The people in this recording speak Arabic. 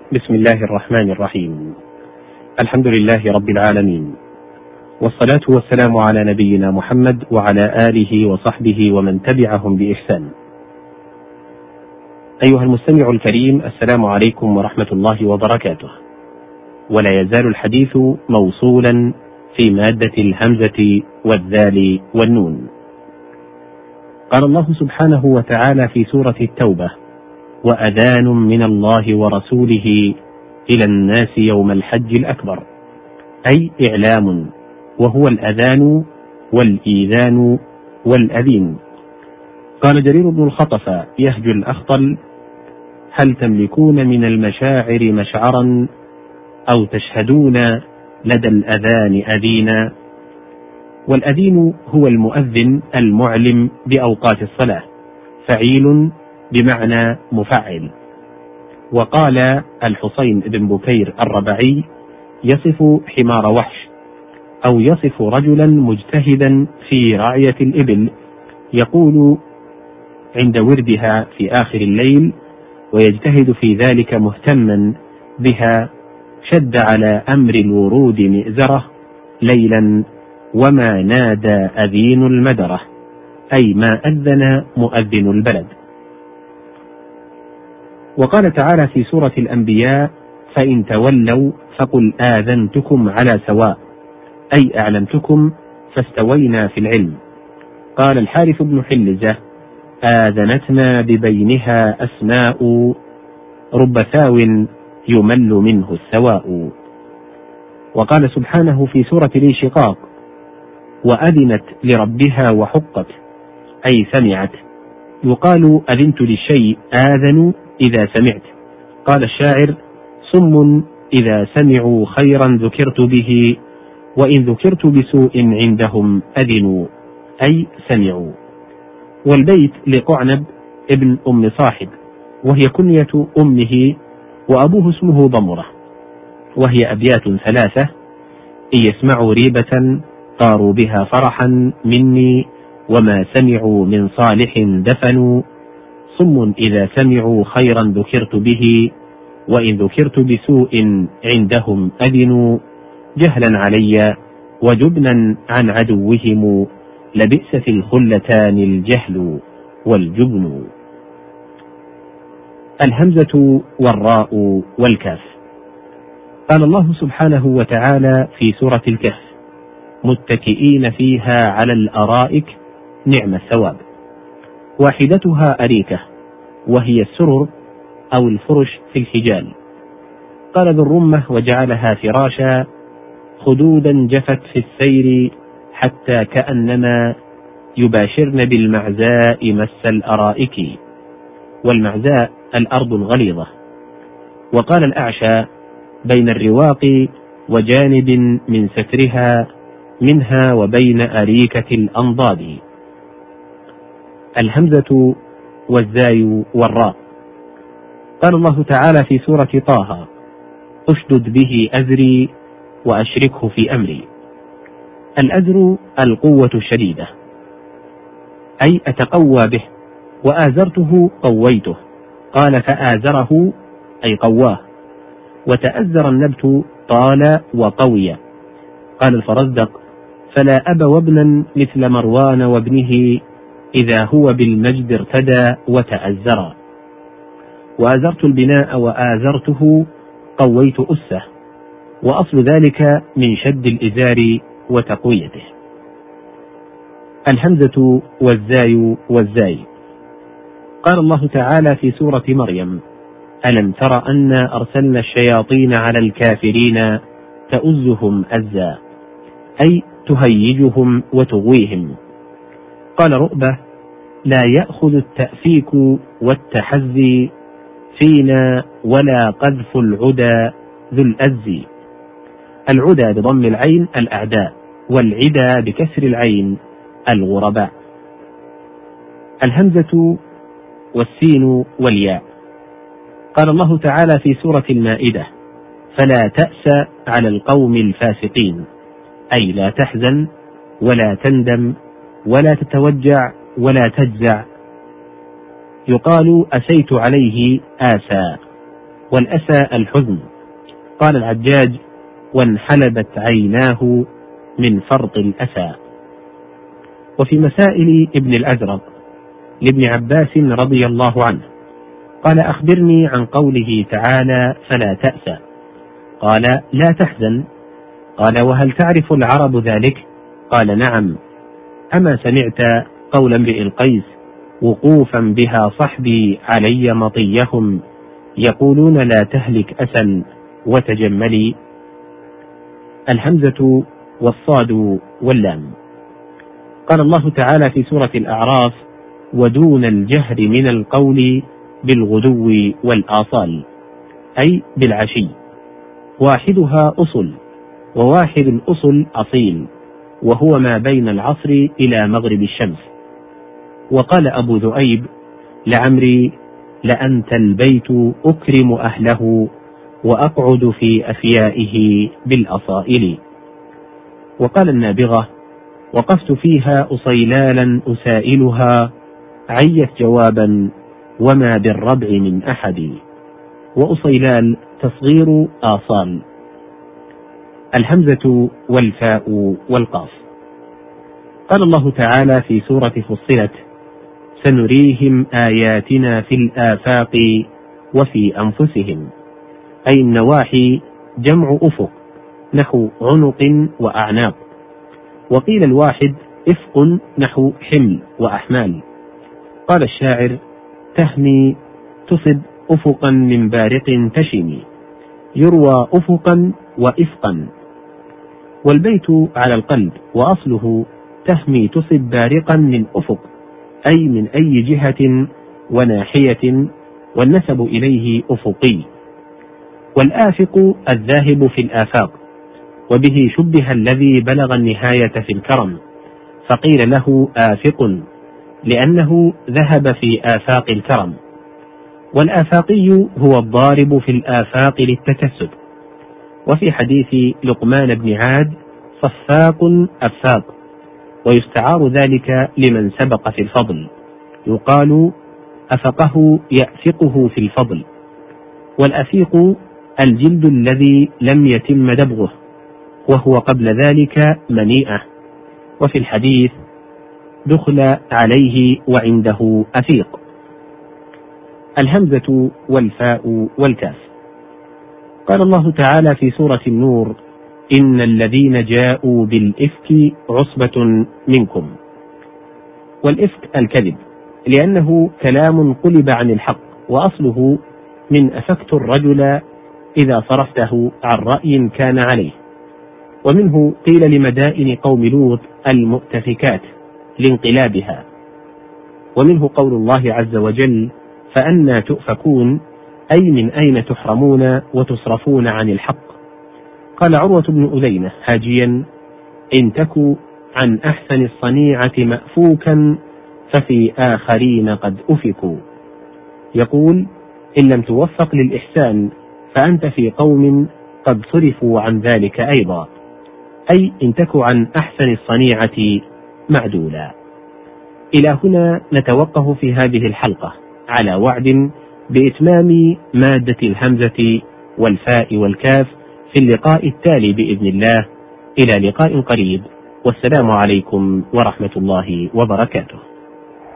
بسم الله الرحمن الرحيم. الحمد لله رب العالمين، والصلاة والسلام على نبينا محمد وعلى آله وصحبه ومن تبعهم بإحسان. أيها المستمع الكريم، السلام عليكم ورحمة الله وبركاته. ولا يزال الحديث موصولا في مادة الهمزة والذال والنون. قال الله سبحانه وتعالى في سورة التوبة: وأذان من الله ورسوله إلى الناس يوم الحج الأكبر، أي إعلام، وهو الأذان والإيذان والأذين. قال جرير بن الخطف يهجو الأخطل: هل تملكون من المشاعر مشعرا أو تشهدون لدى الأذان أذينا؟ والأذين هو المؤذن المعلم بأوقات الصلاة، فعيل بمعنى مفعل. وقال الحسين بن بكير الربعي يصف حمار وحش، أو يصف رجلا مجتهدا في رعية الإبل، يقول عند وردها في آخر الليل ويجتهد في ذلك مهتما بها: شد على أمر الورود مئزرة ليلا وما نادى أذين المدرة، أي ما أذن مؤذن البلد. وقال تعالى في سورة الأنبياء: فإن تولوا فقل آذنتكم على سواء، أي أعلمتكم فاستوينا في العلم. قال الحارث بن حلزة: آذنتنا ببينها أسماء، رب ثاو يمل منه الثواء. وقال سبحانه في سورة الانشقاق: وأذنت لربها وحقت، أي سمعت. يقال أذنت للشيء آذن إذا سمعت. قال الشاعر: صم إذا سمعوا خيرا ذكرت به، وإن ذكرت بسوء عندهم أذنوا، أي سمعوا. والبيت لقعنب ابن أم صاحب، وهي كنية أمه، وأبوه اسمه ضمرة، وهي أبيات ثلاثة: إن يسمعوا ريبة طاروا بها فرحا مني، وما سمعوا من صالح دفنوا. صم إذا سمعوا خيرا ذكرت به، وإن ذكرت بسوء عندهم أذنوا. جهلا علي وجبنا عن عدوهم، لبئس في الخلتان الجهل والجبن. الهمزة والراء والكاف. قال الله سبحانه وتعالى في سورة الكهف: متكئين فيها على الأرائك نعم الثواب. واحدتها أريكة، وهي السرر أو الفرش في الحجال. قال ذو الرمة: وجعلها فراشا خدودا جفت في السير، حتى كأنما يباشرن بالمعزاء مس الأرائك. والمعزاء الأرض الغليظة. وقال الأعشى: بين الرواق وجانب من سترها، منها وبين أريكة الأنضاد. الهمزة والزاي والراء. قال الله تعالى في سورة طه: أشدد به أزري وأشركه في أمري. الأزر القوة الشديدة، أي أتقوى به. وآزرته قويته. قال فآزره أي قواه. وتأزر النبت طال وقوي. قال الفرزدق: فلا أب وابنا مثل مروان وابنه، إذا هو بالمجد ارتدى وتأزرا. وآزرت البناء وآزرته قويت أسه، وأصل ذلك من شد الإزار وتقويته. الهمزة والزاي والزاي. قال الله تعالى في سورة مريم: ألم تر أنا أرسلنا الشياطين على الكافرين تؤزهم أزا، أي تهيجهم وتغويهم. قال رؤبة: لا يأخذ التأفيك والتحزي فينا ولا قذف العدا ذو الأز. العدا بضم العين الأعداء، والعدا بكسر العين الغرباء. الهمزة والسين والياء. قال الله تعالى في سورة المائدة: فلا تأس على القوم الفاسقين، أي لا تحزن ولا تندم ولا تتوجع ولا تجزع. يقال أسيت عليه آسى. والأسى الحزن. قال الحجاج: وانحلبت عيناه من فرط الأسى. وفي مسائل ابن الأزرق لابن عباس رضي الله عنه قال: أخبرني عن قوله تعالى: فلا تأسى. قال: لا تحزن. قال: وهل تعرف العرب ذلك؟ قال: نعم. أما سمعت قول امرئ القيس: وقوفا بها صحبي علي مطيهم يقولون لا تهلك أسا وتجملي. الهمزة والصاد واللام. قال الله تعالى في سورة الأعراف: ودون الجهر من القول بالغدو والآصال، أي بالعشي. واحدها أصل، وواحد الأصل أصيل، وهو ما بين العصر إلى مغرب الشمس. وقال أبو ذؤيب: لعمري لأنت البيت أكرم أهله وأقعد في أفيائه بالأصائل. وقال النابغة: وقفت فيها أصيلالا أسائلها عيت جوابا وما بالربع من أحد. وأصيلال تصغير آصال. الهمزة والفاء والقاف. قال الله تعالى في سورة فصلت: سنريهم آياتنا في الآفاق وفي أنفسهم، أي النواحي جمع أفق نحو عنق وأعناق. وقيل الواحد إفق نحو حمل وأحمال. قال الشاعر: تهمي تصب أفقا من بارق تشمي، يروى أفقا وإفقا. والبيت على القلب، وأصله تهمي تصب بارقا من أفق، أي من أي جهة وناحية، والنسب إليه أفقي. والآفق الذاهب في الآفاق، وبه شبه الذي بلغ النهاية في الكرم، فقيل له آفق لأنه ذهب في آفاق الكرم. والآفاقي هو الضارب في الآفاق للتكسب. وفي حديث لقمان بن عاد: صفاق أفاق. ويستعار ذلك لمن سبق في الفضل، يقال أفقه يأفقه في الفضل. والأفيق الجلد الذي لم يتم دبغه، وهو قبل ذلك منيئة. وفي الحديث: دخل عليه وعنده أفيق. الهمزة والفاء والكاف. قال الله تعالى في سورة النور: إن الذين جاءوا بالإفك عصبة منكم. والإفك الكذب، لأنه كلام قلب عن الحق، وأصله من أفكت الرجل إذا صرفته عن رأي كان عليه. ومنه قيل لمدائن قوم لوط المؤتفكات لانقلابها. ومنه قول الله عز وجل: فأنى تؤفكون، أي من أين تحرمون وتصرفون عن الحق. قال عروة بن ألينة هاجيا: إن تكوا عن أحسن الصنيعة مأفوكا ففي آخرين قد أفكوا. يقول: إن لم توفق للإحسان فأنت في قوم قد صرفوا عن ذلك أيضا، أي إن تكوا عن أحسن الصنيعة معدولا. إلى هنا نتوقف في هذه الحلقة، على وعد بإتمام مادة الهمزة والفاء والكاف في اللقاء التالي بإذن الله. إلى لقاء قريب، والسلام عليكم ورحمة الله وبركاته.